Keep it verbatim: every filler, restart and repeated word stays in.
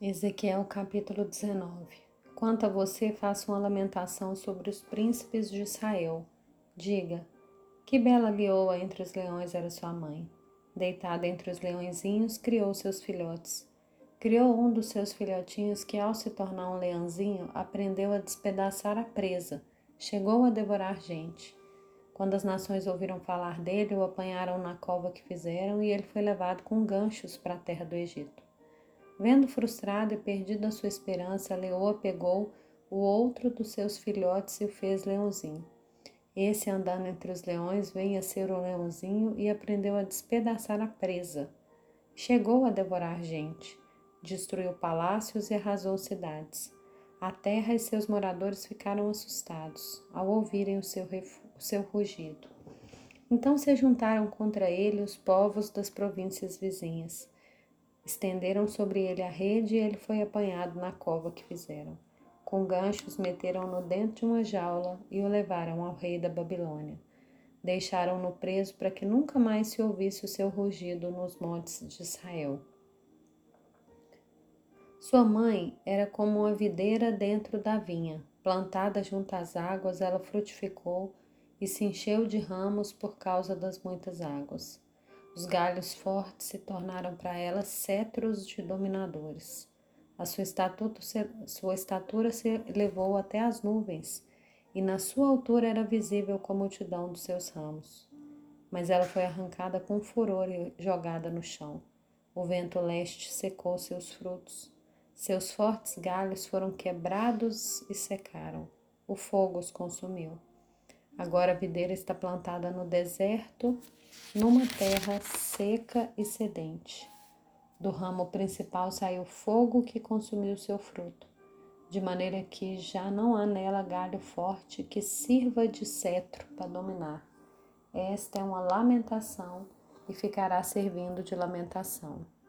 Ezequiel capítulo dezenove. Quanto a você, faça uma lamentação sobre os príncipes de Israel. Diga, que bela leoa entre os leões era sua mãe. Deitada entre os leõezinhos, criou seus filhotes. Criou um dos seus filhotinhos que, ao se tornar um leãozinho, aprendeu a despedaçar a presa, chegou a devorar gente. Quando as nações ouviram falar dele, o apanharam na cova que fizeram e ele foi levado com ganchos para a terra do Egito. Vendo frustrada e perdida a sua esperança, a leoa pegou o outro dos seus filhotes e o fez leãozinho. Esse, andando entre os leões, veio a ser o leãozinho e aprendeu a despedaçar a presa. Chegou a devorar gente, destruiu palácios e arrasou cidades. A terra e seus moradores ficaram assustados ao ouvirem o seu, o seu rugido. Então se juntaram contra ele os povos das províncias vizinhas. Estenderam sobre ele a rede e ele foi apanhado na cova que fizeram. Com ganchos meteram-no dentro de uma jaula e o levaram ao rei da Babilônia. Deixaram-no preso para que nunca mais se ouvisse o seu rugido nos montes de Israel. Sua mãe era como uma videira dentro da vinha. Plantada junto às águas, ela frutificou e se encheu de ramos por causa das muitas águas. Os galhos fortes se tornaram para ela cetros de dominadores. A sua, se, sua estatura se elevou até as nuvens, e na sua altura era visível com a multidão dos seus ramos. Mas ela foi arrancada com furor e jogada no chão. O vento leste secou seus frutos. Seus fortes galhos foram quebrados e secaram. O fogo os consumiu. Agora a videira está plantada no deserto, numa terra seca e sedente. Do ramo principal saiu fogo que consumiu seu fruto, de maneira que já não há nela galho forte que sirva de cetro para dominar. Esta é uma lamentação e ficará servindo de lamentação.